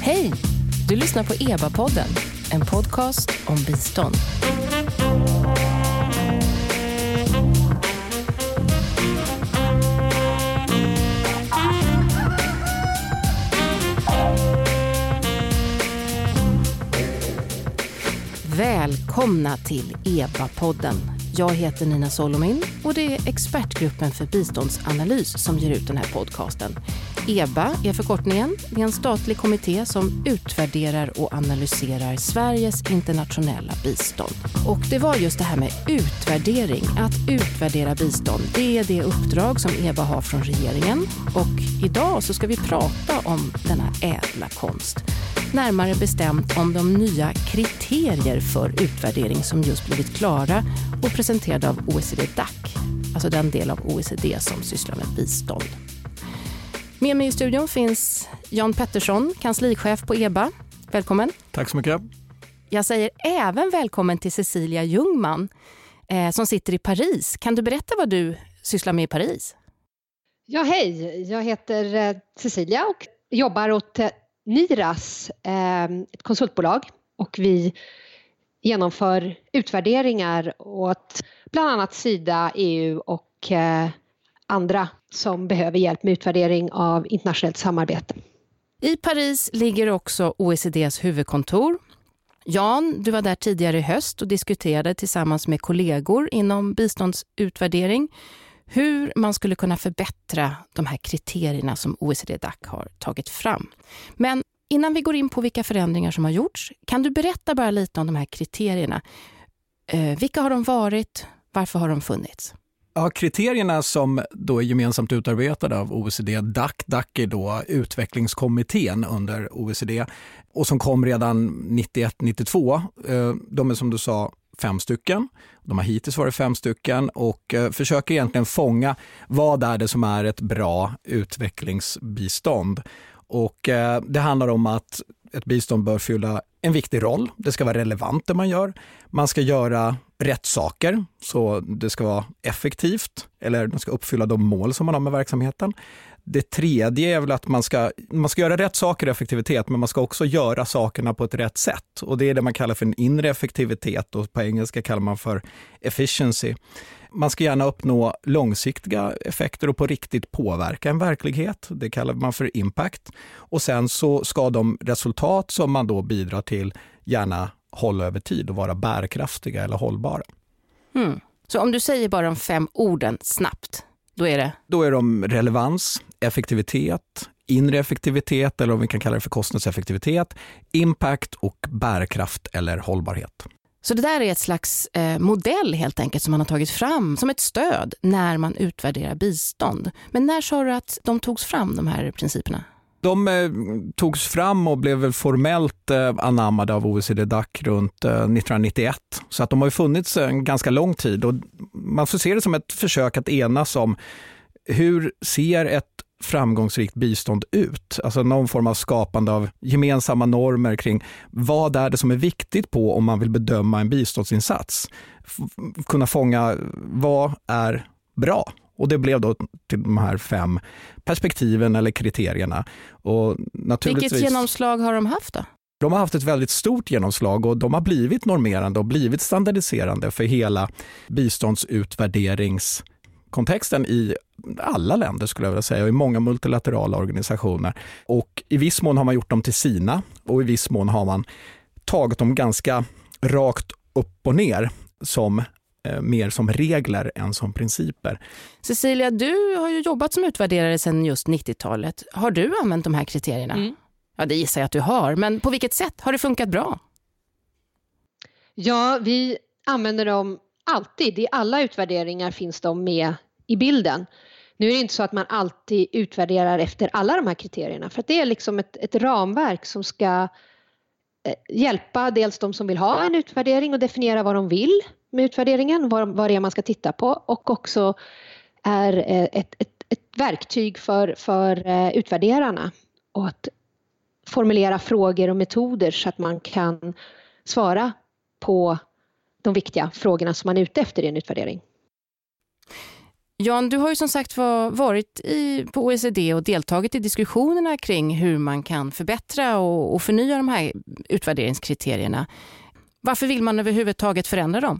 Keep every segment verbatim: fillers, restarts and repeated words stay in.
Hej! Du lyssnar på E B A-podden, en podcast om bistånd. Välkomna till E B A-podden. Jag heter Nina Solomin och det är expertgruppen för biståndsanalys som ger ut den här podcasten. E B A är förkortningen. Det är en statlig kommitté som utvärderar och analyserar Sveriges internationella bistånd. Och det var just det här med utvärdering. Att utvärdera bistånd, det är det uppdrag som E B A har från regeringen. Och idag så ska vi prata om denna ädla konst. Närmare bestämt om de nya kriterier för utvärdering som just blivit klara och presenterade av O E C D D A C, alltså den del av O E C D som sysslar med bistånd. Med mig i studion finns Jan Pettersson, kanslichef på E B A. Välkommen. Tack så mycket. Jag säger även välkommen till Cecilia Ljungman eh, som sitter i Paris. Kan du berätta vad du sysslar med i Paris? Ja, hej. Jag heter eh, Cecilia och jobbar åt eh, NIRAS, eh, ett konsultbolag, och vi genomför utvärderingar åt bland annat Sida, E U och eh, andra som behöver hjälp med utvärdering av internationellt samarbete. I Paris ligger också O E C D:s huvudkontor. Jan, du var där tidigare i höst och diskuterade tillsammans med kollegor inom biståndsutvärdering hur man skulle kunna förbättra de här kriterierna som O E C D D A C har tagit fram. Men innan vi går in på vilka förändringar som har gjorts, kan du berätta bara lite om de här kriterierna? Eh, vilka har de varit? Varför har de funnits? Ja, kriterierna som då är gemensamt utarbetade av O E C D D A C, D A C är då utvecklingskommittén under O E C D och som kom redan nittioett nittiotvå. De är som du sa fem stycken. De har hittills varit fem stycken och försöker egentligen fånga vad är det som är ett bra utvecklingsbistånd. Och eh, det handlar om att ett bistånd bör fylla en viktig roll. Det ska vara relevant det man gör. Man ska göra rätt saker, så det ska vara effektivt eller man ska uppfylla de mål som man har med verksamheten. Det tredje är väl att man ska, man ska göra rätt saker i effektivitet, men man ska också göra sakerna på ett rätt sätt. Och det är det man kallar för en inre effektivitet och på engelska kallar man för efficiency. Man ska gärna uppnå långsiktiga effekter och på riktigt påverka en verklighet. Det kallar man för impact. Och sen så ska de resultat som man då bidrar till gärna hålla över tid och vara bärkraftiga eller hållbara. Mm. Så om du säger bara de fem orden snabbt, då är det? Då är de relevans, effektivitet, inre effektivitet eller om vi kan kalla det för kostnadseffektivitet, impact och bärkraft eller hållbarhet. Så det där är ett slags eh, modell helt enkelt som man har tagit fram som ett stöd när man utvärderar bistånd. Men när sa du att de togs fram, de här principerna? De eh, togs fram och blev väl formellt eh, anammade av O E C D D A C runt eh, nittonhundranittioett. Så att de har ju funnits en ganska lång tid och man får se det som ett försök att enas om hur ser ett framgångsrikt bistånd ut? Alltså någon form av skapande av gemensamma normer kring vad är det som är viktigt på om man vill bedöma en biståndsinsats. F- kunna fånga vad är bra? Och det blev då till de här fem perspektiven eller kriterierna. Och naturligtvis, vilket genomslag har de haft då? De har haft ett väldigt stort genomslag och de har blivit normerande och blivit standardiserande för hela biståndsutvärderingskontexten i alla länder skulle jag vilja säga och i många multilaterala organisationer. Och i viss mån har man gjort dem till sina och i viss mån har man tagit dem ganska rakt upp och ner som eh, mer som regler än som principer. Cecilia, du har ju jobbat som utvärderare sedan just nittiotalet. Har du använt de här kriterierna? Mm. Ja, det gissar jag att du har. Men på vilket sätt har det funkat bra? Ja, vi använder dem alltid. I alla utvärderingar finns de med i bilden. Nu är det inte så att man alltid utvärderar efter alla de här kriterierna. För att det är liksom ett, ett ramverk som ska eh, hjälpa dels de som vill ha en utvärdering och definiera vad de vill med utvärderingen. Vad, vad det är man ska titta på. Och också är eh, ett, ett, ett verktyg för, för eh, utvärderarna. Och att formulera frågor och metoder så att man kan svara på de viktiga frågorna som man är ute efter i en utvärdering. Jan, du har ju som sagt varit i, på O E C D och deltagit i diskussionerna kring hur man kan förbättra och, och förnya de här utvärderingskriterierna. Varför vill man överhuvudtaget förändra dem?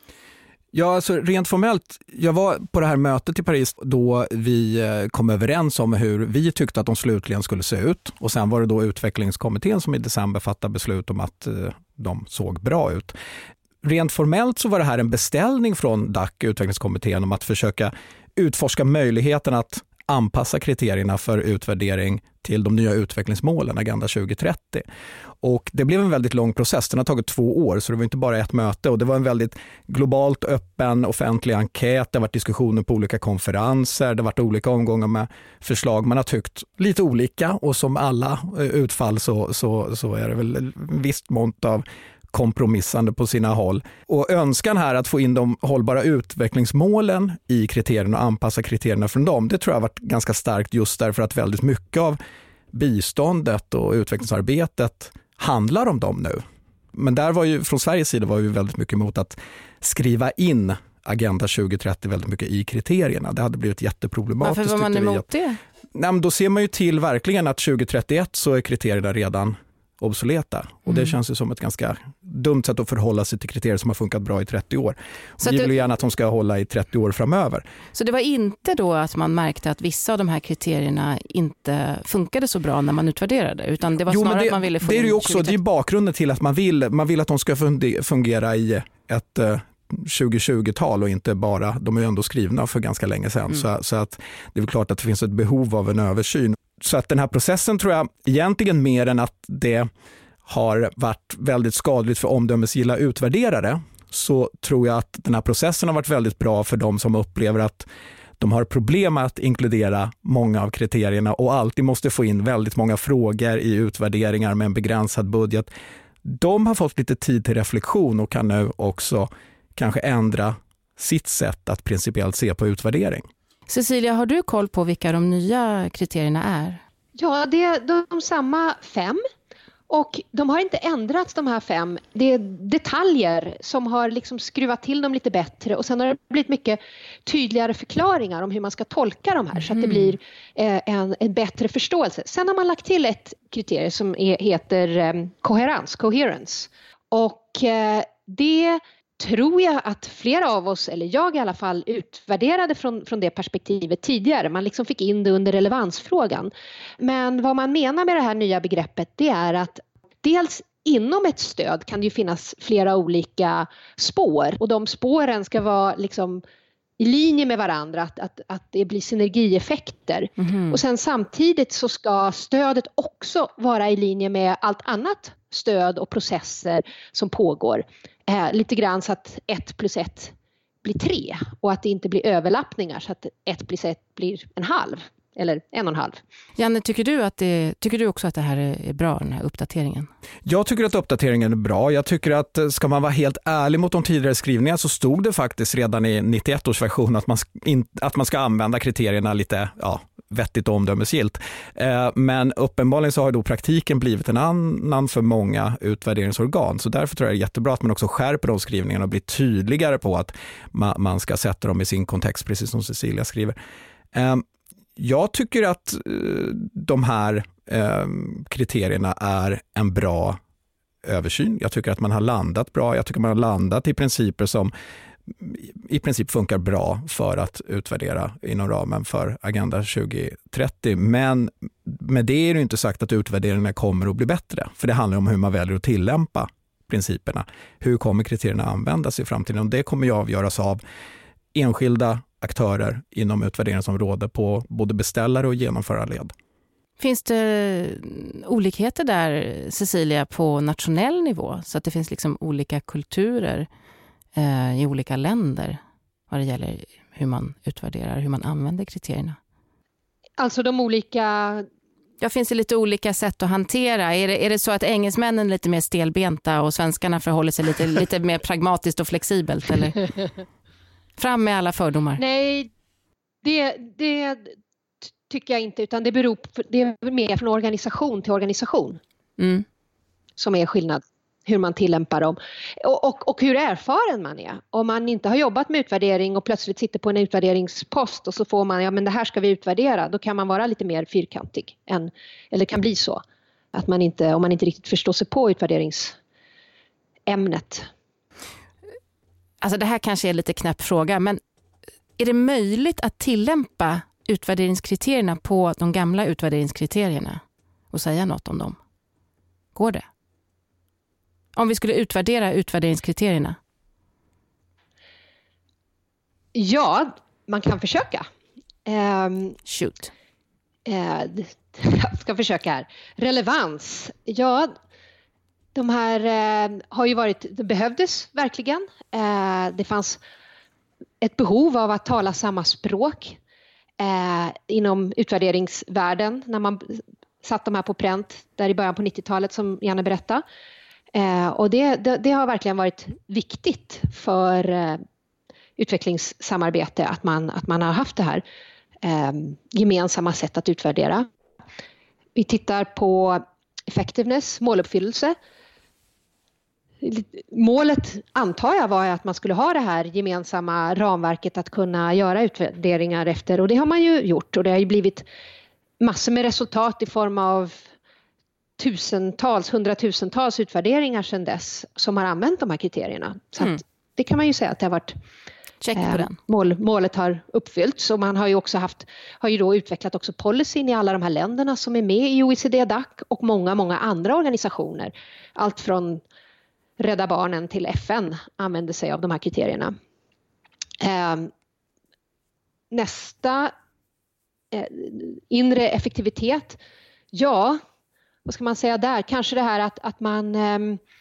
Ja, alltså rent formellt, jag var på det här mötet i Paris då vi kom överens om hur vi tyckte att de slutligen skulle se ut. Och sen var det då utvecklingskommittén som i december fattade beslut om att de såg bra ut. Rent formellt så var det här en beställning från D A C, utvecklingskommittén, om att försöka utforska möjligheten att anpassa kriterierna för utvärdering till de nya utvecklingsmålen, Agenda tjugo trettio. Och det blev en väldigt lång process, den har tagit två år så det var inte bara ett möte och det var en väldigt globalt öppen offentlig enkät, det har varit diskussioner på olika konferenser, det har varit olika omgångar med förslag, man har tyckt lite olika och som alla utfall så, så, så är det väl en visst mått av kompromissande på sina håll. Och önskan här att få in de hållbara utvecklingsmålen i kriterierna och anpassa kriterierna från dem, det tror jag har varit ganska starkt just därför att väldigt mycket av biståndet och utvecklingsarbetet handlar om dem nu. Men där var ju, från Sveriges sida var vi väldigt mycket emot att skriva in Agenda tjugo trettio väldigt mycket i kriterierna. Det hade blivit jätteproblematiskt. Varför var man emot det? Nej, men då ser man ju till verkligen att tjugo trettioett så är kriterierna redan obsoleta. Och det mm. känns ju som ett ganska dumt sätt att förhålla sig till kriterier som har funkat bra i trettio år. Och vi vill ju gärna att de ska hålla i trettio år framöver. Så det var inte då att man märkte att vissa av de här kriterierna inte funkade så bra när man utvärderade, utan det var jo, snarare det, att man ville få det är in ju också, det är bakgrunden till att man vill, man vill att de ska fungera i ett tjugo tjugo-tal och inte bara, de är ju ändå skrivna för ganska länge sedan. Mm. Så, så att det är väl klart att det finns ett behov av en översyn. Så att den här processen tror jag egentligen mer än att det har varit väldigt skadligt för omdömesgilla utvärderare, så tror jag att den här processen har varit väldigt bra för de som upplever att de har problem med att inkludera många av kriterierna och alltid måste få in väldigt många frågor i utvärderingar med en begränsad budget. De har fått lite tid till reflektion och kan nu också kanske ändra sitt sätt att principiellt se på utvärdering. Cecilia, har du koll på vilka de nya kriterierna är? Ja, det är de, de samma fem. Och de har inte ändrats, de här fem. Det är detaljer som har liksom skruvat till dem lite bättre. Och sen har det blivit mycket tydligare förklaringar om hur man ska tolka de här. Mm. Så att det blir eh, en, en bättre förståelse. Sen har man lagt till ett kriterium som är, heter eh, koherens, coherence. Och eh, det tror jag att flera av oss, eller jag i alla fall, utvärderade från, från det perspektivet tidigare. Man liksom fick in det under relevansfrågan. Men vad man menar med det här nya begreppet, det är att dels inom ett stöd kan det ju finnas flera olika spår. Och de spåren ska vara liksom i linje med varandra, att, att, att det blir synergieffekter. Mm-hmm. Och sen samtidigt så ska stödet också vara i linje med allt annat stöd och processer som pågår. Eh, lite grann så att ett plus ett blir tre och att det inte blir överlappningar så att ett plus ett blir en halv eller en och en halv. Janne, tycker du, att det, tycker du också att det här är bra, den här uppdateringen? Jag tycker att uppdateringen är bra. Jag tycker att ska man vara helt ärlig mot de tidigare skrivningarna så stod det faktiskt redan i nittioett års version att man, in, att man ska använda kriterierna lite ja, vettigt och omdömesgillt. Eh, men uppenbarligen så har då praktiken blivit en annan för många utvärderingsorgan. Så därför tror jag det är jättebra att man också skärper de skrivningarna och blir tydligare på att man, man ska sätta dem i sin kontext, precis som Cecilia skriver. Eh, Jag tycker att eh, de här eh, kriterierna är en bra översyn. Jag tycker att man har landat bra. Jag tycker man har landat i principer som i princip funkar bra för att utvärdera inom ramen för Agenda tjugo trettio. Men med det är det inte sagt att utvärderingarna kommer att bli bättre. För det handlar om hur man väljer att tillämpa principerna. Hur kommer kriterierna användas i framtiden? Och det kommer ju avgöras av enskilda aktörer inom utvärderingsområdet på både beställare och genomförarled. Finns det olikheter där, Cecilia, på nationell nivå? Så att det finns liksom olika kulturer eh, i olika länder vad det gäller hur man utvärderar, hur man använder kriterierna? Alltså de olika... Ja, finns det lite olika sätt att hantera? Är det, är det så att engelsmännen är lite mer stelbenta och svenskarna förhåller sig lite, lite mer pragmatiskt och flexibelt, eller? Fram med alla fördomar. Nej, det, det tycker jag inte, utan det beror på, det är mer från organisation till organisation mm. som är skillnad. hur man tillämpar dem och, och, och hur erfaren man är. Om man inte har jobbat med utvärdering och plötsligt sitter på en utvärderingspost och så får man, ja men det här ska vi utvärdera, då kan man vara lite mer fyrkantig. Än, eller det kan bli så att man inte, om man inte riktigt förstår sig på utvärderingsämnet. Alltså det här kanske är lite knäpp fråga, men är det möjligt att tillämpa utvärderingskriterierna på de gamla utvärderingskriterierna och säga något om dem? Går det? Om vi skulle utvärdera utvärderingskriterierna? Ja, man kan försöka. Um, Shoot. Uh, jag ska försöka här. Relevans. Ja, de här uh, har ju varit, det behövdes verkligen. Uh, det fanns ett behov av att tala samma språk uh, inom utvärderingsvärlden när man satt de här på pränt där i början på nittiotalet som Janne berättade. Eh, och det, det, det har verkligen varit viktigt för eh, utvecklingssamarbete att man, att man har haft det här eh, gemensamma sätt att utvärdera. Vi tittar på effectiveness, måluppfyllelse. Målet antar jag var att man skulle ha det här gemensamma ramverket att kunna göra utvärderingar efter, och det har man ju gjort, och det har ju blivit massor med resultat i form av tusentals, hundratusentals utvärderingar sedan dess som har använt de här kriterierna. Så mm. att det kan man ju säga att det har varit check på den. Mål, målet har uppfyllts, och man har ju också haft, har ju då utvecklat också policyn i alla de här länderna som är med i O E C D D A C och många, många andra organisationer. Allt från Rädda Barnen till F N använder sig av de här kriterierna. Eh, nästa eh, inre effektivitet. Ja, vad ska man säga där? Kanske det här att, att man eh,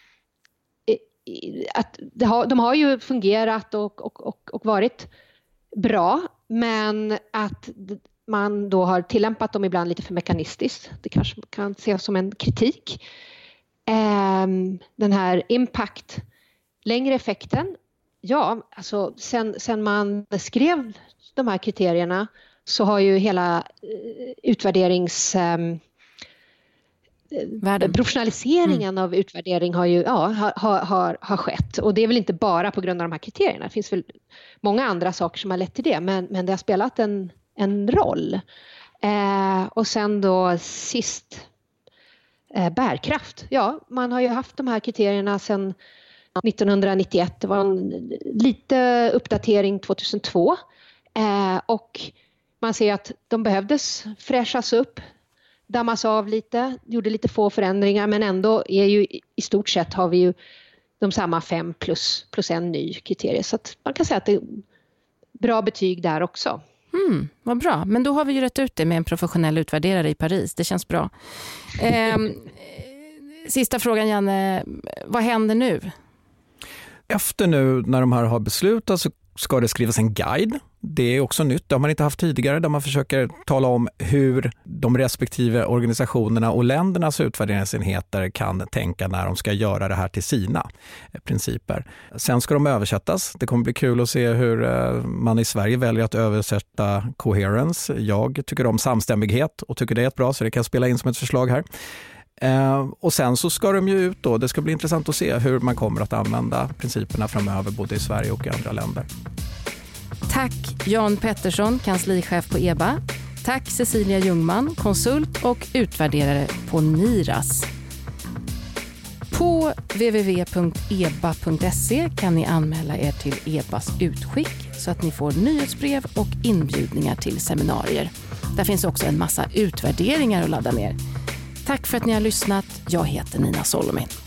att det har, de har ju fungerat och, och, och, och varit bra, men att man då har tillämpat dem ibland lite för mekanistiskt. Det kanske kan ses som en kritik. Eh, den här impact, längre effekten. Ja, alltså sen, sen man skrev de här kriterierna så har ju hela eh, utvärderings eh, Världen. Professionaliseringen mm. av utvärdering har ju ja, har, har, har skett, och det är väl inte bara på grund av de här kriterierna. Det finns väl många andra saker som har lett till det, men, men det har spelat en, en roll. Eh, och sen då sist eh, bärkraft. Ja, man har ju haft de här kriterierna sedan nittonhundranittioett. Det var en lite uppdatering tjugohundratvå eh, och man ser att de behövdes fräschas upp, dammas av lite, gjorde lite få förändringar, men ändå är ju i stort sett har vi ju de samma fem plus, plus en ny kriterie. Så att man kan säga att det är bra betyg där också. Mm, vad bra, men då har vi ju rätt ut det med en professionell utvärderare i Paris. Det känns bra. Eh, sista frågan, Janne, vad händer nu? Efter nu när de här har beslutat så ska det skrivas en guide. Det är också nytt, det har man inte haft tidigare, där man försöker tala om hur de respektive organisationerna och ländernas utvärderingsenheter kan tänka när de ska göra det här till sina principer. Sen ska de översättas. Det kommer bli kul att se hur man i Sverige väljer att översätta coherence. Jag tycker om samstämmighet och tycker det är ett bra, så det kan jag spela in som ett förslag här. Eh, och sen så ska de ju ut då. Det ska bli intressant att se hur man kommer att använda principerna framöver både i Sverige och i andra länder. Tack Jan Pettersson, kanslichef på E B A. Tack Cecilia Ljungman, konsult och utvärderare på NIRAS. På w w w punkt e b a punkt se kan ni anmäla er till E B As utskick så att ni får nyhetsbrev och inbjudningar till seminarier. Där finns också en massa utvärderingar att ladda ner. Tack för att ni har lyssnat. Jag heter Nina Solomin.